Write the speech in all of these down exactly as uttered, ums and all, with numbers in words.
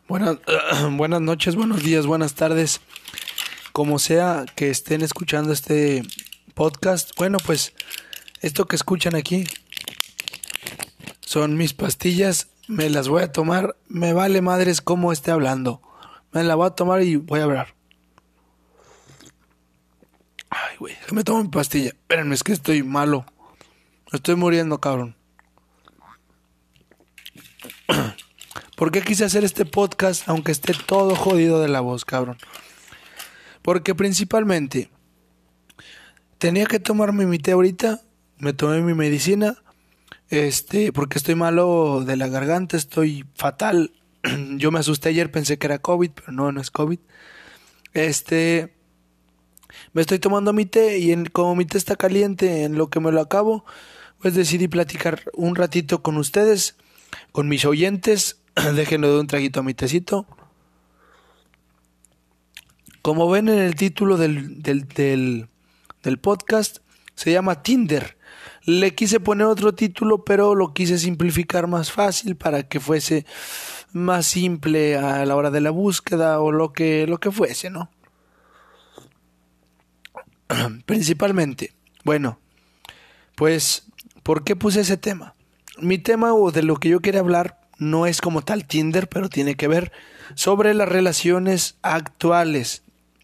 Buenas, buenas noches, buenos días, buenas tardes, como sea que estén escuchando este podcast. Bueno, pues esto que escuchan aquí son mis pastillas, me las voy a tomar, me vale madres cómo esté hablando, me la voy a tomar y voy a hablar. Ay, güey, me tomo mi pastilla, espérenme, es que estoy malo, me estoy muriendo, cabrón. ¿Por qué quise hacer este podcast aunque esté todo jodido de la voz, cabrón? Porque principalmente tenía que tomarme mi té ahorita, me tomé mi medicina, este, porque estoy malo de la garganta, estoy fatal. Yo me asusté ayer, pensé que era COVID, pero no, no es COVID. Este, me estoy tomando mi té y en, como mi té está caliente, en lo que me lo acabo, pues decidí platicar un ratito con ustedes, con mis oyentes. Déjenle de un traguito a mi tecito. Como ven en el título del, del, del, del podcast, se llama Tinder. Le quise poner otro título, pero lo quise simplificar más fácil para que fuese más simple a la hora de la búsqueda o lo que, lo que fuese, ¿no? Principalmente, bueno, pues, ¿por qué puse ese tema? Mi tema o de lo que yo quería hablar no es como tal Tinder, pero tiene que ver sobre las relaciones actuales.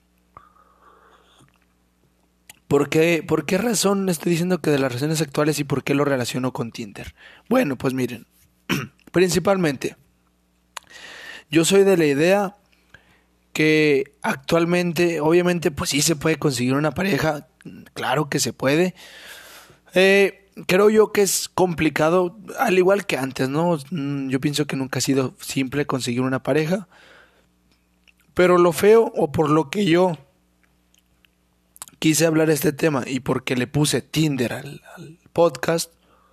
¿Por qué, por qué razón estoy diciendo que de las relaciones actuales y por qué lo relaciono con Tinder? Bueno, pues miren, principalmente, yo soy de la idea que actualmente, obviamente, pues sí se puede conseguir una pareja, claro que se puede. Eh... Creo yo que es complicado, al igual que antes, ¿no? Yo pienso que nunca ha sido simple conseguir una pareja. Pero lo feo, o por lo que yo quise hablar este tema y porque le puse Tinder al, al podcast,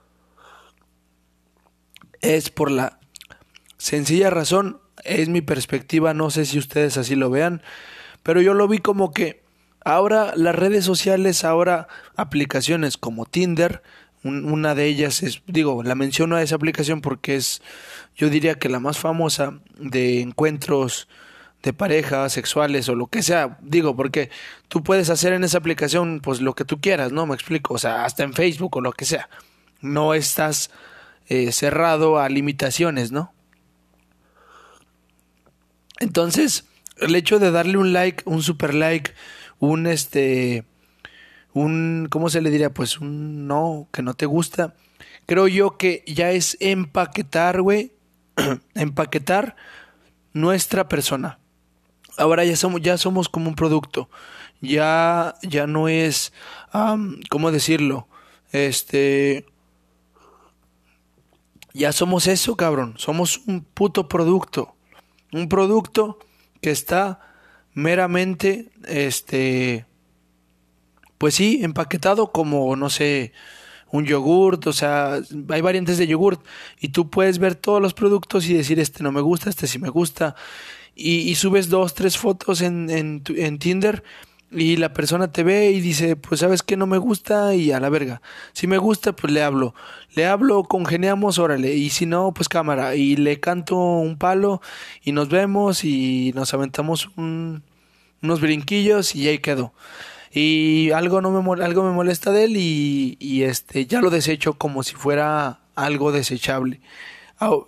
es por la sencilla razón, es mi perspectiva, no sé si ustedes así lo vean, pero yo lo vi como que ahora las redes sociales, ahora aplicaciones como Tinder, una de ellas es, digo, la menciono a esa aplicación porque es, yo diría que la más famosa de encuentros de parejas sexuales o lo que sea, digo, porque tú puedes hacer en esa aplicación pues lo que tú quieras, ¿no? Me explico, o sea, hasta en Facebook o lo que sea, no estás eh, cerrado a limitaciones, ¿no? Entonces, el hecho de darle un like, un super like, un este... un, ¿cómo se le diría? Pues un no, que no te gusta. Creo yo que ya es empaquetar, güey, empaquetar nuestra persona. Ahora ya somos, ya somos como un producto. Ya, ya no es, um, ¿cómo decirlo? Este, ya somos eso, cabrón. Somos un puto producto. Un producto que está meramente, este... pues sí, empaquetado como, no sé, un yogurt, o sea, hay variantes de yogurt y tú puedes ver todos los productos y decir este no me gusta, este sí me gusta y, y subes dos, tres fotos en, en, en Tinder y la persona te ve y dice, pues sabes que no me gusta y a la verga, si me gusta pues le hablo, le hablo, congeniamos, órale, y si no pues cámara y le canto un palo y nos vemos y nos aventamos un, unos brinquillos y ahí quedó. Y algo no me algo me molesta de él y, y este ya lo desecho como si fuera algo desechable. Oh,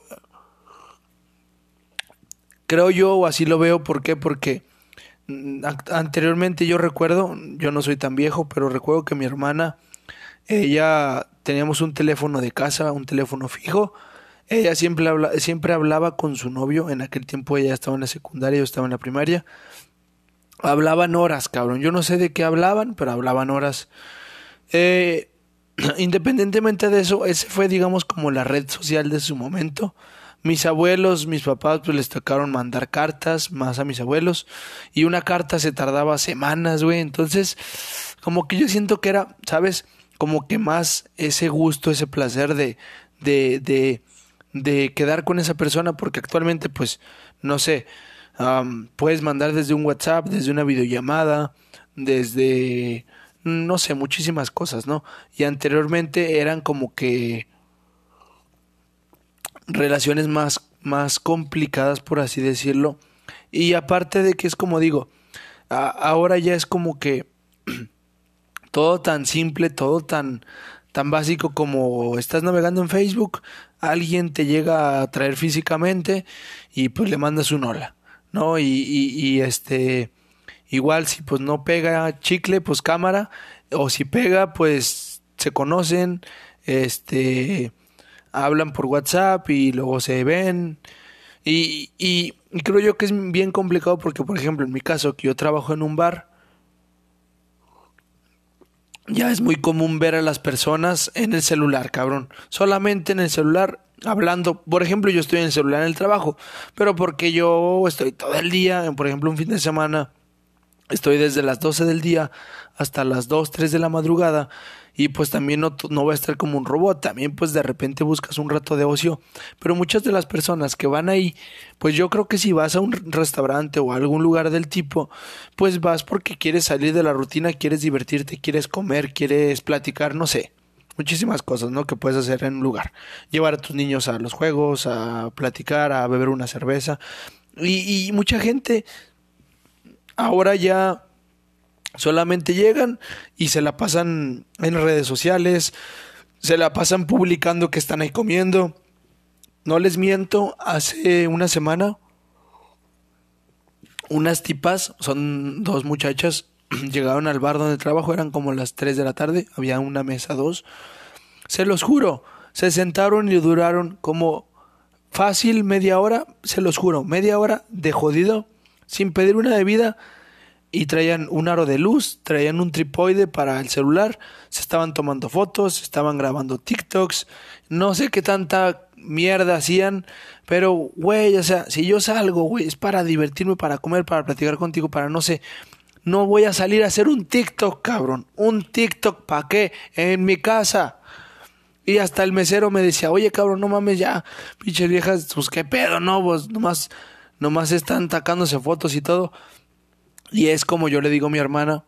creo yo o así lo veo, ¿por qué? Porque mm, anteriormente yo recuerdo, yo no soy tan viejo, pero recuerdo que mi hermana, ella teníamos un teléfono de casa, un teléfono fijo. Ella siempre habla, siempre hablaba con su novio, en aquel tiempo ella estaba en la secundaria, yo estaba en la primaria. Hablaban horas, cabrón. Yo no sé de qué hablaban, pero hablaban horas. Eh, independientemente de eso, ese fue, digamos, como la red social de su momento. Mis abuelos, mis papás, pues les tocaron mandar cartas, más a mis abuelos. Y una carta se tardaba semanas, güey. Entonces, como que yo siento que era, ¿sabes? Como que más ese gusto, ese placer de, de, de, de quedar con esa persona. Porque actualmente, pues, no sé... Um, puedes mandar desde un WhatsApp, desde una videollamada, desde, no sé, muchísimas cosas, ¿no? Y anteriormente eran como que relaciones más, más complicadas, por así decirlo. Y aparte de que es como digo, a- ahora ya es como que todo tan simple, todo tan, tan básico como estás navegando en Facebook, alguien te llega a traer físicamente y pues le mandas un hola, ¿no? Y, y, y este, igual si pues no pega chicle, pues cámara, o si pega, pues se conocen, este, hablan por WhatsApp y luego se ven. Y, y, y creo yo que es bien complicado porque, por ejemplo, en mi caso, que yo trabajo en un bar, ya es muy común ver a las personas en el celular, cabrón. Solamente en el celular hablando. Por ejemplo, yo estoy en el celular en el trabajo, pero porque yo estoy todo el día, por ejemplo, un fin de semana, estoy desde las doce del día hasta las dos, tres de la madrugada y pues también no, no voy a estar como un robot, también pues de repente buscas un rato de ocio, pero muchas de las personas que van ahí, pues yo creo que si vas a un restaurante o a algún lugar del tipo, pues vas porque quieres salir de la rutina, quieres divertirte, quieres comer, quieres platicar, no sé. Muchísimas cosas, ¿no? Que puedes hacer en un lugar. Llevar a tus niños a los juegos, a platicar, a beber una cerveza. Y, y mucha gente ahora ya solamente llegan y se la pasan en redes sociales, se la pasan publicando que están ahí comiendo. No les miento, hace una semana unas tipas, son dos muchachas, llegaron al bar donde trabajo, eran como las tres de la tarde, había una mesa, dos. Se los juro, se sentaron y duraron como fácil media hora, se los juro, media hora de jodido, sin pedir una bebida. Y traían un aro de luz, traían un trípode para el celular, se estaban tomando fotos, se estaban grabando TikToks, no sé qué tanta mierda hacían, pero güey, o sea, si yo salgo, güey, es para divertirme, para comer, para platicar contigo, para no sé, no voy a salir a hacer un TikTok, cabrón, un TikTok, ¿para qué? En mi casa. Y hasta el mesero me decía, oye, cabrón, no mames ya, pinches viejas, pues qué pedo, no, pues nomás, nomás están sacándose fotos y todo. Y es como yo le digo a mi hermana,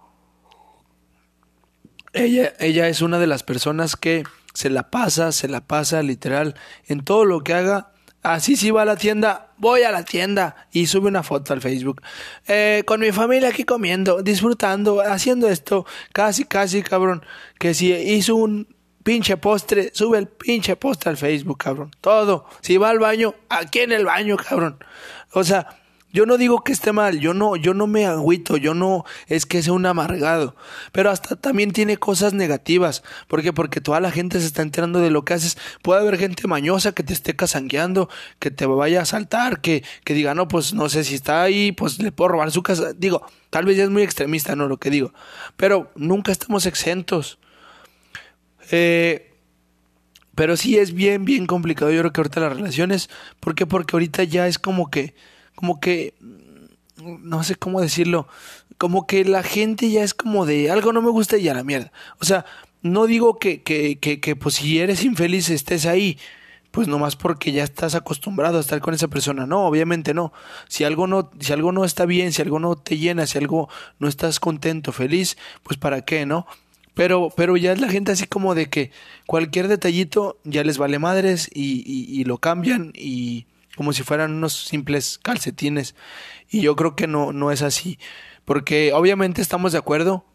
ella, ella es una de las personas que se la pasa, se la pasa literal en todo lo que haga. Así si va a la tienda, voy a la tienda y sube una foto al Facebook. Eh, con mi familia aquí comiendo, disfrutando, haciendo esto, casi, casi, cabrón. Que si hizo un pinche postre, sube el pinche postre al Facebook, cabrón. Todo. Si va al baño, aquí en el baño, cabrón. O sea, yo no digo que esté mal, yo no, yo no me agüito, yo no es que sea un amargado, pero hasta también tiene cosas negativas. ¿Por qué? Porque toda la gente se está enterando de lo que haces. Puede haber gente mañosa que te esté casangueando, que te vaya a asaltar, que, que diga, no, pues no sé si está ahí, pues le puedo robar su casa. Digo, tal vez ya es muy extremista, no lo que digo, pero nunca estamos exentos. Eh, pero sí es bien, bien complicado. Yo creo que ahorita las relaciones, ¿por qué? Porque ahorita ya es como que como que, no sé cómo decirlo, como que la gente ya es como de algo no me gusta y a la mierda. O sea, no digo que, que, que, que pues si eres infeliz estés ahí, pues nomás porque ya estás acostumbrado a estar con esa persona. No, obviamente no. Si algo no, si algo no está bien, si algo no te llena, si algo no estás contento, feliz, pues para qué, ¿no? Pero, pero ya es la gente así como de que cualquier detallito ya les vale madres y, y, y lo cambian y como si fueran unos simples calcetines. Y yo creo que no, no es así. Porque obviamente estamos de acuerdo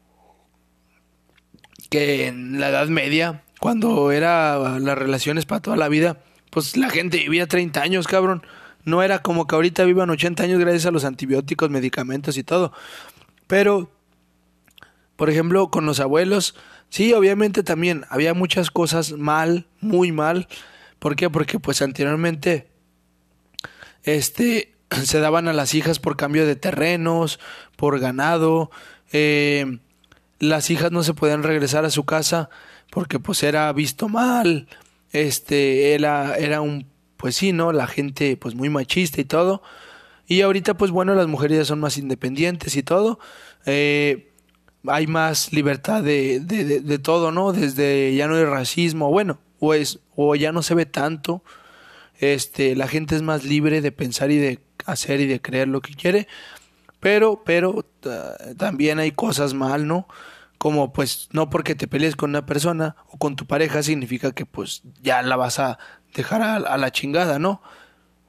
que en la Edad Media, cuando era las relaciones para toda la vida, pues la gente vivía treinta años, cabrón. No era como que ahorita vivan ochenta años gracias a los antibióticos, medicamentos y todo. Pero, por ejemplo, con los abuelos, sí, obviamente también había muchas cosas mal, muy mal. ¿Por qué? Porque pues anteriormente este se daban a las hijas por cambio de terrenos, por ganado, eh, las hijas no se podían regresar a su casa porque pues era visto mal, este era era un pues sí, ¿no? La gente pues muy machista y todo. Y ahorita pues bueno, las mujeres ya son más independientes y todo. Eh, hay más libertad de, de, de, de todo, ¿no? Desde ya no hay racismo, bueno, o es o ya no se ve tanto. Este, la gente es más libre de pensar y de hacer y de creer lo que quiere, pero pero uh, también hay cosas mal, ¿no? Como pues no porque te pelees con una persona o con tu pareja significa que pues ya la vas a dejar a, a la chingada, ¿no?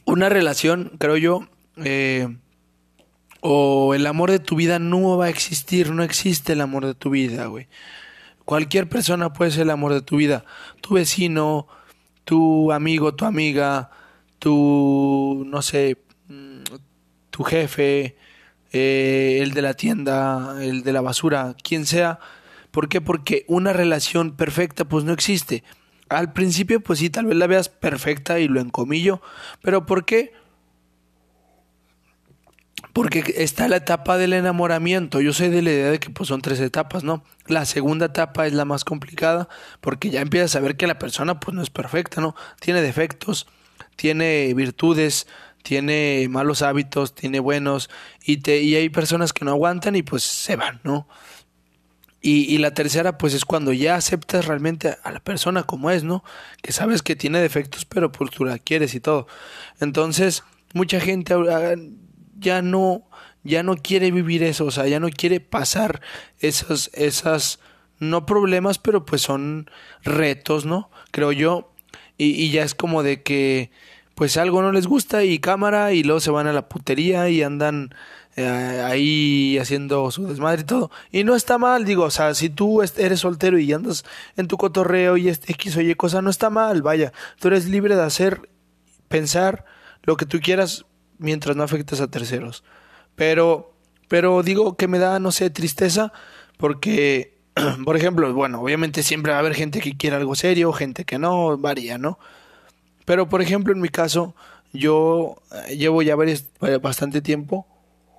Una relación, creo yo, eh, o el amor de tu vida no va a existir, no existe el amor de tu vida, güey. Cualquier persona puede ser el amor de tu vida. Tu vecino, tu amigo, tu amiga, tu, no sé, mm, tu jefe, eh, el de la tienda, el de la basura, quien sea. ¿Por qué? Porque una relación perfecta pues no existe. Al principio pues sí, tal vez la veas perfecta y lo encomillo, pero ¿por qué? Porque está la etapa del enamoramiento. Yo soy de la idea de que pues son tres etapas, ¿no? La segunda etapa es la más complicada porque ya empiezas a ver que la persona pues no es perfecta, ¿no? Tiene defectos, tiene virtudes, tiene malos hábitos, tiene buenos y te y hay personas que no aguantan y pues se van, ¿no? Y, y la tercera pues es cuando ya aceptas realmente a la persona como es, ¿no? Que sabes que tiene defectos pero pues tú la quieres y todo. Entonces, mucha gente ahora ya no ya no quiere vivir eso, o sea, ya no quiere pasar esos esas no problemas, pero pues son retos, ¿no? Creo yo. Y, y ya es como de que pues algo no les gusta y cámara y luego se van a la putería y andan eh, ahí haciendo su desmadre y todo. Y no está mal, digo, o sea, si tú est- eres soltero y andas en tu cotorreo y este X o Y cosa, no está mal, vaya. Tú eres libre de hacer, pensar lo que tú quieras mientras no afectes a terceros. Pero, pero digo que me da, no sé, tristeza porque, por ejemplo, bueno, obviamente siempre va a haber gente que quiere algo serio, gente que no, varía, ¿no? Pero, por ejemplo, en mi caso, yo eh, llevo ya varios- eh, bastante tiempo.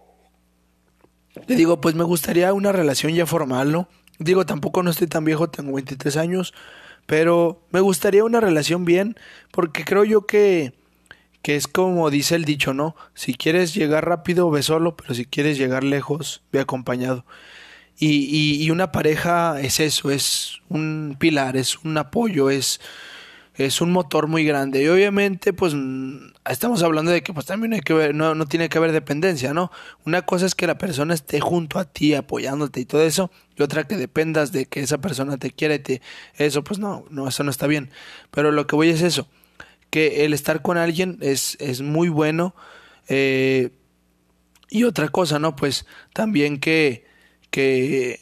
Le digo, pues me gustaría una relación ya formal, ¿no? Digo, tampoco no estoy tan viejo, tengo veintitrés años, pero me gustaría una relación bien, porque creo yo que, que es como dice el dicho, ¿no? Si quieres llegar rápido, ve solo, pero si quieres llegar lejos, ve acompañado. Y, y, y una pareja es eso, es un pilar, es un apoyo, es es un motor muy grande y obviamente pues mm, estamos hablando de que pues también hay que ver, no, no tiene que haber dependencia, ¿no? Una cosa es que la persona esté junto a ti apoyándote y todo eso y otra que dependas de que esa persona te quiera y te eso pues no, no, eso no está bien, pero lo que voy es eso, que el estar con alguien es, es muy bueno, eh, y otra cosa, ¿no? Pues también que que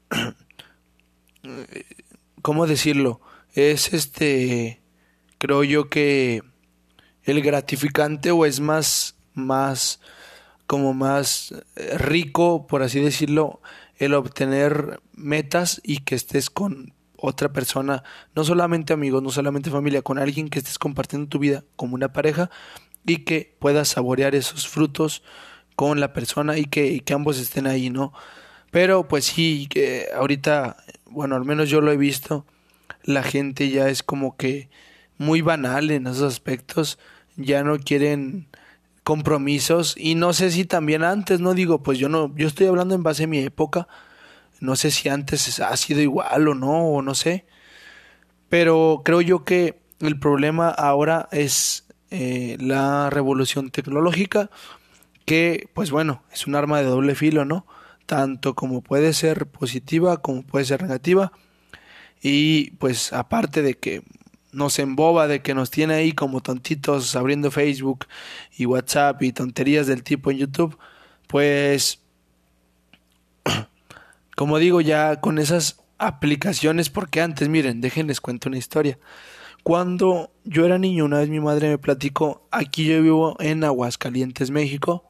¿cómo decirlo? Es este creo yo que el gratificante o es más, más, como más eh, rico, por así decirlo, el obtener metas y que estés con otra persona, no solamente amigos, no solamente familia, con alguien que estés compartiendo tu vida como una pareja y que puedas saborear esos frutos con la persona y que, y que ambos estén ahí, ¿no? Pero pues sí, que ahorita, bueno, al menos yo lo he visto, la gente ya es como que muy banal en esos aspectos, ya no quieren compromisos y no sé si también antes, no digo, pues yo no, yo estoy hablando en base a mi época, no sé si antes ha sido igual o no, o no sé, pero creo yo que el problema ahora es eh, la revolución tecnológica, que pues bueno, es un arma de doble filo, ¿no? Tanto como puede ser positiva como puede ser negativa y pues aparte de que nos emboba, de que nos tiene ahí como tontitos abriendo Facebook y WhatsApp y tonterías del tipo en YouTube, pues como digo ya con esas aplicaciones, porque antes, miren, déjenles cuento una historia. Cuando yo era niño, una vez mi madre me platicó, aquí yo vivo en Aguascalientes, México,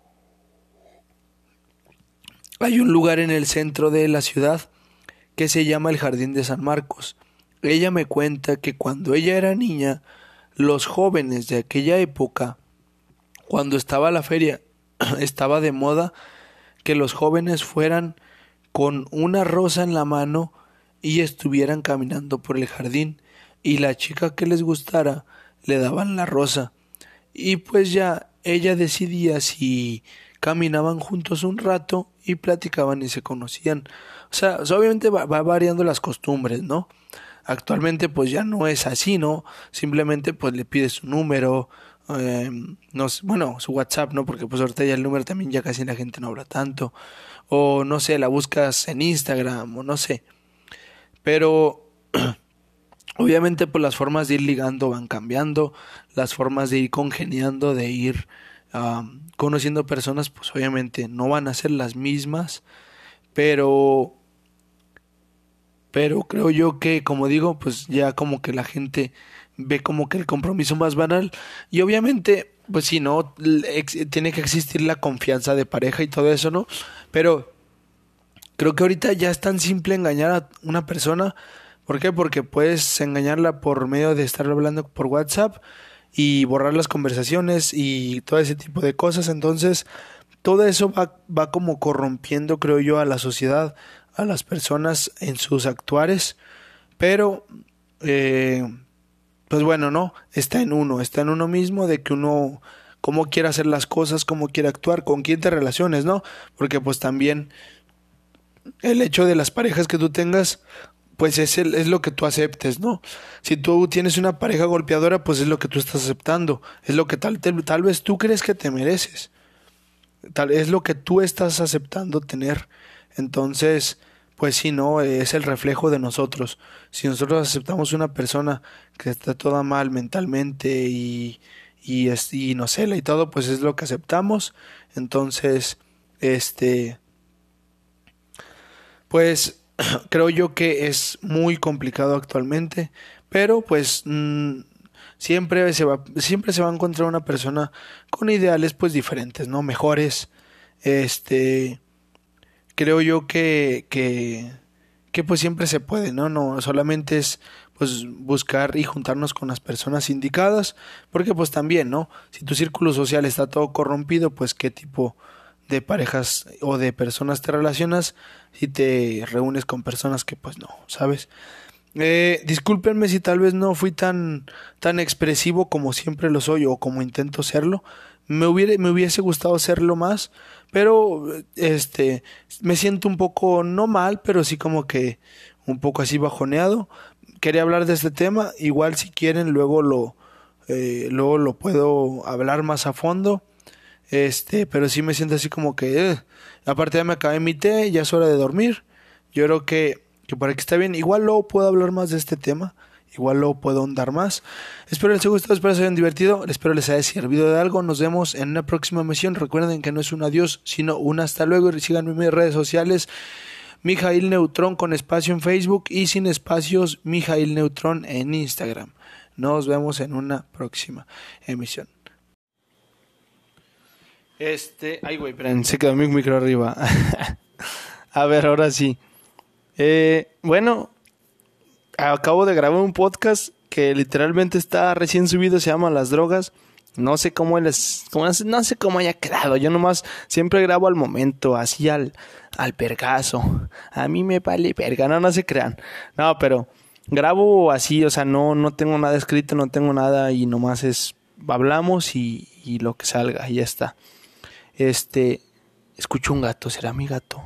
hay un lugar en el centro de la ciudad que se llama el Jardín de San Marcos. Ella me cuenta que cuando ella era niña, los jóvenes de aquella época, cuando estaba la feria, estaba de moda que los jóvenes fueran con una rosa en la mano y estuvieran caminando por el jardín y la chica que les gustara le daban la rosa y pues ya ella decidía si caminaban juntos un rato y platicaban y se conocían. O sea, o sea, obviamente va, va variando las costumbres, ¿no? Actualmente pues ya no es así, ¿no? Simplemente pues le pides su número, eh, no sé, bueno, su WhatsApp, ¿no? Porque pues ahorita ya el número también ya casi la gente no habla tanto. O no sé, la buscas en Instagram o no sé. Pero Obviamente, pues las formas de ir ligando van cambiando, las formas de ir congeniando, de ir um, conociendo personas, pues obviamente no van a ser las mismas, pero, pero creo yo que, como digo, pues ya como que la gente ve como que el compromiso más banal y obviamente, pues sí, no, ex- tiene que existir la confianza de pareja y todo eso, ¿no? Pero creo que ahorita ya es tan simple engañar a una persona. ¿Por qué? Porque puedes engañarla por medio de estar hablando por WhatsApp y borrar las conversaciones y todo ese tipo de cosas. Entonces, todo eso va, va como corrompiendo, creo yo, a la sociedad, a las personas en sus actuares. Pero, eh, pues bueno, no, está en uno, está en uno mismo de que uno, cómo quiere hacer las cosas, cómo quiere actuar, con quién te relaciones, ¿no? Porque pues también el hecho de las parejas que tú tengas, pues es, el, es lo que tú aceptes, ¿no? Si tú tienes una pareja golpeadora, pues es lo que tú estás aceptando, es lo que tal, tal, tal vez tú crees que te mereces, tal es lo que tú estás aceptando tener. Entonces, pues sí, no, es el reflejo de nosotros. Si nosotros aceptamos una persona que está toda mal mentalmente y, y, es, y nos cela y todo, pues es lo que aceptamos. Entonces, este pues creo yo que es muy complicado actualmente, pero pues mm, siempre se va, siempre se va a encontrar una persona con ideales pues diferentes, ¿no? Mejores. Este, creo yo que, que, que pues siempre se puede, ¿no? No solamente es pues buscar y juntarnos con las personas indicadas, porque pues también, ¿no? Si tu círculo social está todo corrompido, pues qué tipo de parejas o de personas te relacionas si te reúnes con personas que pues no, ¿sabes? Eh, discúlpenme si tal vez no fui tan, tan expresivo como siempre lo soy o como intento serlo. Me hubiera, me hubiese gustado serlo más, pero este me siento un poco no mal, pero sí como que un poco así bajoneado. Quería hablar de este tema, igual si quieren luego lo eh, luego lo puedo hablar más a fondo. Este, pero sí me siento así como que, eh, aparte ya me acabé mi té, ya es hora de dormir. Yo creo que, que por aquí está bien. Igual luego puedo hablar más de este tema. Igual luego puedo ahondar más. Espero les haya gustado, espero se hayan divertido. Espero les haya servido de algo. Nos vemos en una próxima misión. Recuerden que no es un adiós, sino un hasta luego. Y síganme en mis redes sociales. Mijail Neutrón con espacio en Facebook y sin espacios Mijail Neutrón en Instagram. Nos vemos en una próxima emisión. Este, ay güey, esperen, se quedó mi micro arriba. A ver, ahora sí. Eh, bueno, acabo de grabar un podcast que literalmente está recién subido, se llama Las Drogas. No sé cómo les, cómo, no sé cómo haya quedado. Yo nomás siempre grabo al momento, así al, al pergazo. A mí me vale verga, no, no se crean. No, pero grabo así, o sea, no, no tengo nada escrito, no tengo nada y nomás es, hablamos y, y lo que salga, y ya está. Este, escucho un gato, ¿será mi gato?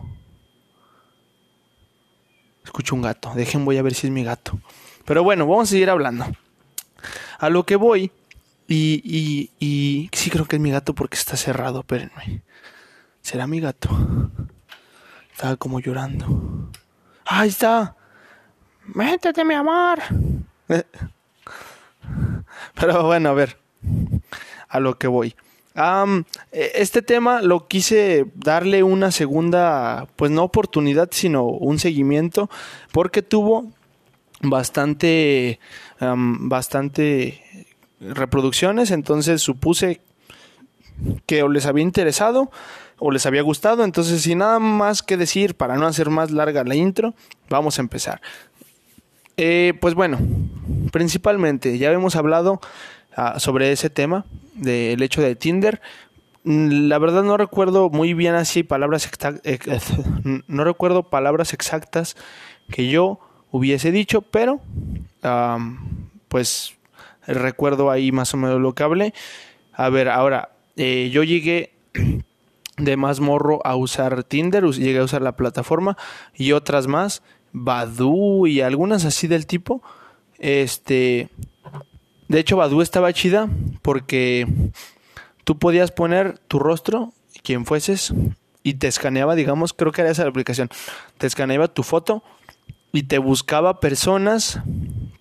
Escucho un gato, dejen, voy a ver si es mi gato. Pero bueno, vamos a seguir hablando. A lo que voy, y, y, y sí creo que es mi gato porque está cerrado, espérenme. ¿Será mi gato? Estaba como llorando. ¡Ahí está! ¡Métete, mi amor! Pero bueno, a ver, a lo que voy. Um, este tema lo quise darle una segunda, pues no oportunidad, sino un seguimiento, porque tuvo bastante, um, bastante reproducciones, entonces supuse que o les había interesado o les había gustado. Entonces, sin nada más que decir, para no hacer más larga la intro, vamos a empezar. Eh, pues bueno, principalmente ya hemos hablado uh, sobre ese tema del hecho de Tinder. La verdad no recuerdo muy bien así palabras exactas, eh, no recuerdo palabras exactas que yo hubiese dicho, pero um, pues recuerdo ahí más o menos lo que hablé. A ver, ahora eh, yo llegué de más morro a usar Tinder, llegué a usar la plataforma y otras más, Badoo y algunas así del tipo. Este, de hecho Badoo estaba chida porque tú podías poner tu rostro, quien fueses, y te escaneaba, digamos, creo que era esa la aplicación, te escaneaba tu foto y te buscaba personas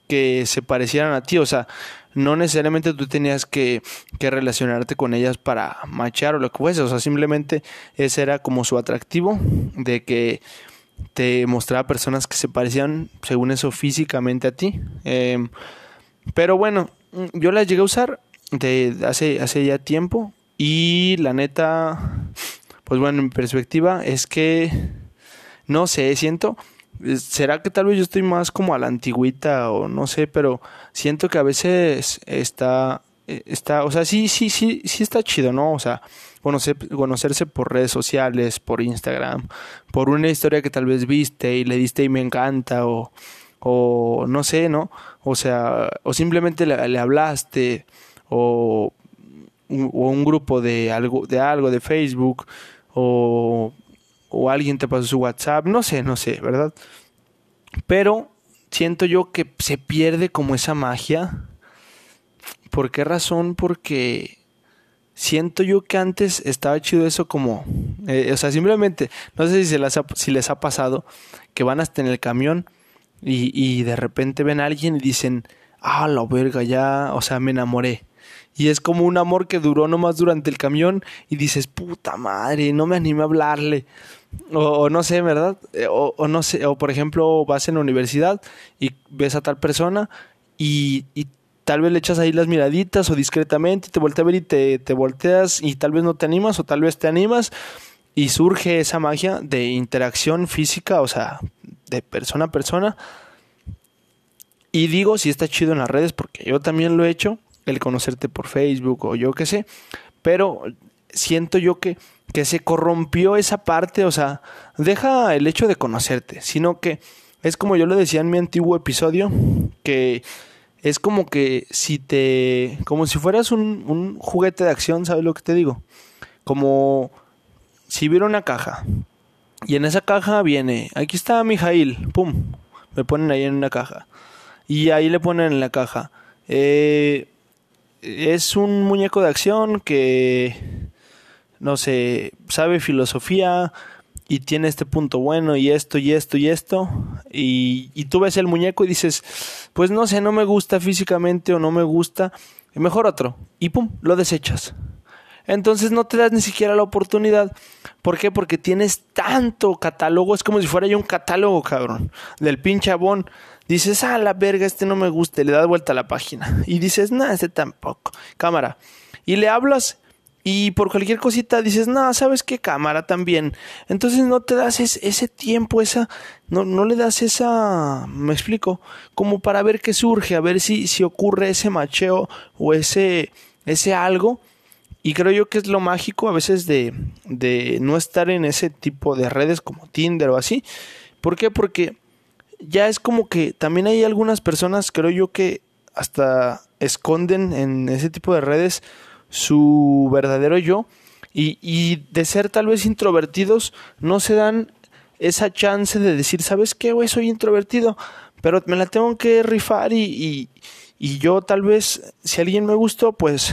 que se parecieran a ti. O sea, no necesariamente tú tenías que, que relacionarte con ellas para machar o lo que fuese. O sea, simplemente ese era como su atractivo, de que te mostraba personas que se parecían, según eso, físicamente a ti. Eh, pero bueno, yo las llegué a usar de hace, hace ya tiempo. Y la neta, pues bueno, mi perspectiva es que, no sé, siento... ¿Será que tal vez yo estoy más como a la antigüita o no sé? Pero siento que a veces está, está, o sea, sí, sí, sí, sí está chido, ¿no? O sea, conocer, conocerse por redes sociales, por Instagram, por una historia que tal vez viste y le diste y me encanta o, o no sé, ¿no? O sea, o simplemente le, le hablaste o, o un grupo de algo, de algo de Facebook o o alguien te pasó su WhatsApp, no sé, no sé, ¿verdad? Pero siento yo que se pierde como esa magia. ¿Por qué razón? Porque siento yo que antes estaba chido eso como... Eh, o sea, simplemente, no sé si, se las ha, si les ha pasado que van hasta en el camión y, y de repente ven a alguien y dicen, ah, la verga, ya, o sea, me enamoré. Y es como un amor que duró nomás durante el camión y dices, puta madre, no me animé a hablarle. O, o no sé, ¿verdad? O, o no sé, o por ejemplo vas en la universidad y ves a tal persona y, y tal vez le echas ahí las miraditas o discretamente te voltea a ver y te, te volteas y tal vez no te animas o tal vez te animas y surge esa magia de interacción física, o sea, de persona a persona. Y digo si está chido en las redes porque yo también lo he hecho, el conocerte por Facebook o yo qué sé, pero siento yo que, que se corrompió esa parte, o sea, deja el hecho de conocerte, sino que es como yo lo decía en mi antiguo episodio, que es como que si te, como si fueras un, un juguete de acción, ¿sabes lo que te digo? Como si hubiera una caja y en esa caja viene, aquí está Mijail, pum, me ponen ahí en una caja y ahí le ponen en la caja, eh... es un muñeco de acción que, no sé, sabe filosofía y tiene este punto bueno y esto y esto y esto. Y, y tú ves el muñeco y dices, pues no sé, no me gusta físicamente o no me gusta, mejor otro. Y pum, lo desechas. Entonces no te das ni siquiera la oportunidad. ¿Por qué? Porque tienes tanto catálogo. Es como si fuera yo un catálogo, cabrón, del pinche Avon. Dices, ah, la verga, este no me gusta. Le das vuelta a la página. Y dices, nah, este tampoco. Cámara. Y le hablas. Y por cualquier cosita dices, no, ¿sabes qué? Cámara también. Entonces no te das es, ese tiempo, esa... No, no le das esa... ¿Me explico? Como para ver qué surge. A ver si, si ocurre ese macheo o ese, ese algo. Y creo yo que es lo mágico a veces de, de no estar en ese tipo de redes como Tinder o así. ¿Por qué? Porque ya es como que también hay algunas personas, creo yo, que hasta esconden en ese tipo de redes su verdadero yo. Y, y de ser tal vez introvertidos, no se dan esa chance de decir, ¿sabes qué, güey? Soy introvertido, pero me la tengo que rifar y, y, y yo tal vez, si alguien me gustó, pues...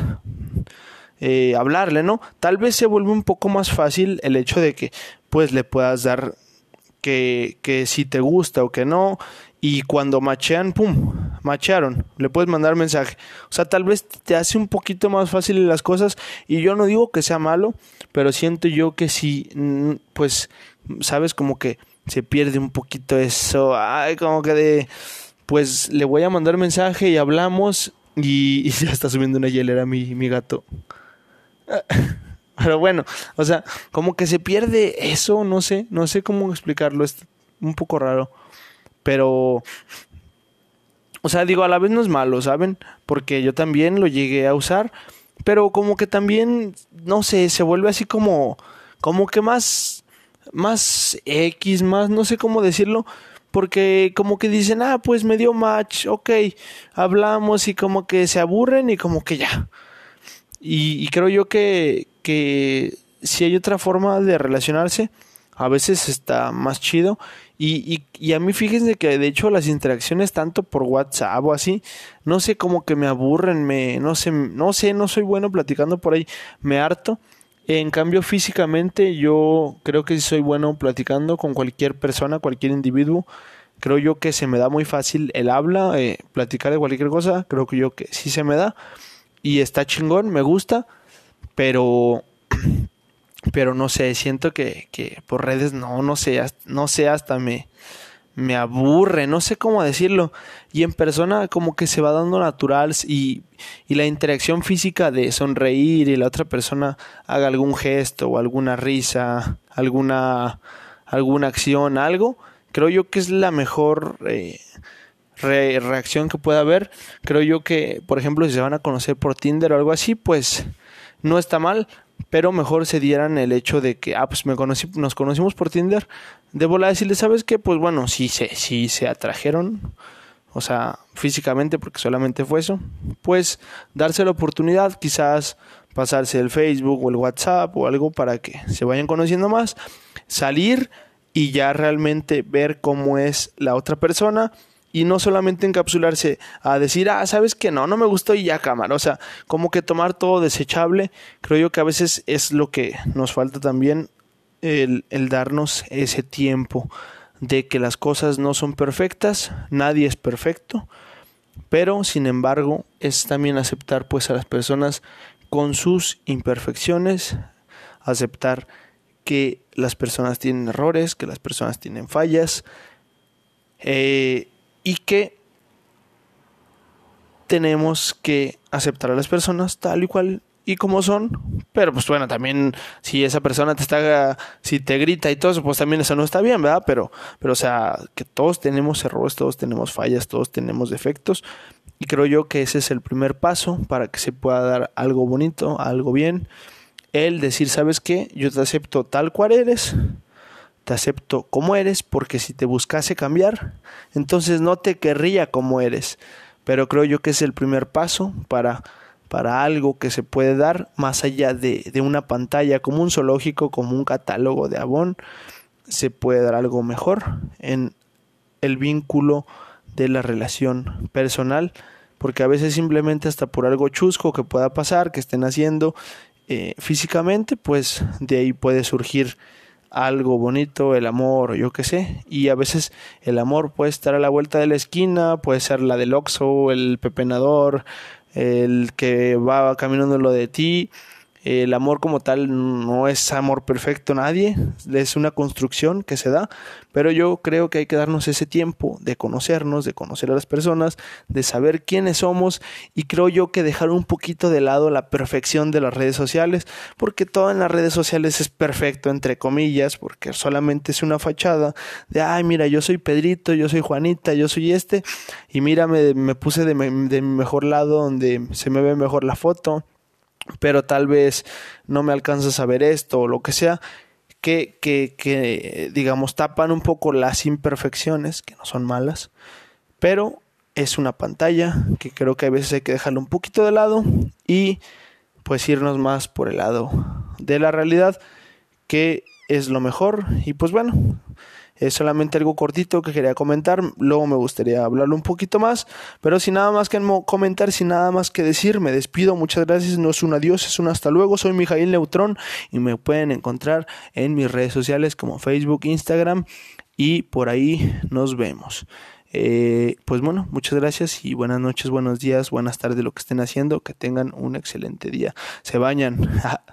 Eh, hablarle, ¿no? Tal vez se vuelve un poco más fácil el hecho de que pues le puedas dar que, que si te gusta o que no, y cuando machean, pum, machearon, le puedes mandar mensaje. O sea, tal vez te hace un poquito más fácil las cosas, y yo no digo que sea malo, pero siento yo que sí, pues, sabes, como que se pierde un poquito eso, ay, como que de, pues le voy a mandar mensaje y hablamos, y, y ya está subiendo una hielera mi, mi gato. Pero bueno, o sea, como que se pierde eso, no sé, no sé cómo explicarlo, es un poco raro, pero, o sea, digo, a la vez no es malo, ¿saben? Porque yo también lo llegué a usar, pero como que también, no sé, se vuelve así como, como que más, más X, más, no sé cómo decirlo, porque como que dicen, ah, pues me dio match, ok, hablamos y como que se aburren y como que ya. Y, y creo yo que, que si hay otra forma de relacionarse, a veces está más chido. Y, y, y a mí fíjense que de hecho las interacciones tanto por WhatsApp o así, no sé, como que me aburren, me, no sé, no sé, no soy bueno platicando por ahí, me harto. En cambio físicamente yo creo que sí soy bueno platicando con cualquier persona, cualquier individuo Creo yo que se me da muy fácil el habla, eh, platicar de cualquier cosa, creo que yo que sí se me da y está chingón, me gusta, pero pero no sé, siento que, que por redes no, no sé, no sé, hasta me, me aburre, no sé cómo decirlo, y en persona como que se va dando natural y, y la interacción física de sonreír y la otra persona haga algún gesto o alguna risa, alguna, alguna acción, algo, creo yo que es la mejor eh, re- reacción que pueda haber. Creo yo que, por ejemplo, si se van a conocer por Tinder o algo así, pues no está mal, pero mejor se dieran el hecho de que, ah, pues me conocí, nos conocimos por Tinder, de volada decirle, ¿sabes qué? Pues bueno, sí se, sí se atrajeron, o sea, físicamente, porque solamente fue eso, pues darse la oportunidad, quizás pasarse el Facebook o el WhatsApp o algo para que se vayan conociendo más, salir y ya realmente ver cómo es la otra persona. Y no solamente encapsularse a decir, ah, ¿sabes qué? No, no me gustó y ya cámara. O sea, como que tomar todo desechable. Creo yo que a veces es lo que nos falta también, el, el darnos ese tiempo de que las cosas no son perfectas, nadie es perfecto, pero sin embargo es también aceptar pues a las personas con sus imperfecciones, aceptar que las personas tienen errores, que las personas tienen fallas, eh, y que tenemos que aceptar a las personas tal y cual y como son, pero pues bueno, también si esa persona te está, si te grita y todo eso, pues también eso no está bien, ¿verdad? Pero, pero o sea, que todos tenemos errores, todos tenemos fallas, todos tenemos defectos, y creo yo que ese es el primer paso para que se pueda dar algo bonito, algo bien, el decir, ¿sabes qué? Yo te acepto tal cual eres, te acepto como eres, porque si te buscase cambiar, entonces no te querría como eres. Pero creo yo que es el primer paso para, para algo que se puede dar más allá de, de una pantalla, como un zoológico, como un catálogo de Avon. Se puede dar algo mejor en el vínculo de la relación personal, porque a veces simplemente hasta por algo chusco que pueda pasar, que estén haciendo eh, físicamente, pues de ahí puede surgir algo bonito, el amor, yo qué sé, y a veces el amor puede estar a la vuelta de la esquina, puede ser la del Oxxo, el pepenador, el que va caminando lo de ti. El amor como tal no es amor perfecto, nadie, es una construcción que se da, pero yo creo que hay que darnos ese tiempo de conocernos, de conocer a las personas, de saber quiénes somos, y creo yo que dejar un poquito de lado la perfección de las redes sociales, porque todo en las redes sociales es perfecto, entre comillas, porque solamente es una fachada de, ay, mira, yo soy Pedrito, yo soy Juanita, yo soy este, y mira, me, me puse de, me, de mi mejor lado donde se me ve mejor la foto, pero tal vez no me alcanzas a ver esto o lo que sea, que, que, que digamos tapan un poco las imperfecciones, que no son malas, pero es una pantalla que creo que a veces hay que dejarlo un poquito de lado y pues irnos más por el lado de la realidad, que es lo mejor. Y pues bueno, es solamente algo cortito que quería comentar, luego me gustaría hablarlo un poquito más, pero sin nada más que comentar, sin nada más que decir, me despido, muchas gracias, no es un adiós, es un hasta luego, soy Mijail Neutrón y me pueden encontrar en mis redes sociales como Facebook, Instagram, y por ahí nos vemos. Eh, pues bueno, muchas gracias y buenas noches, buenos días, buenas tardes, lo que estén haciendo, que tengan un excelente día, se bañan.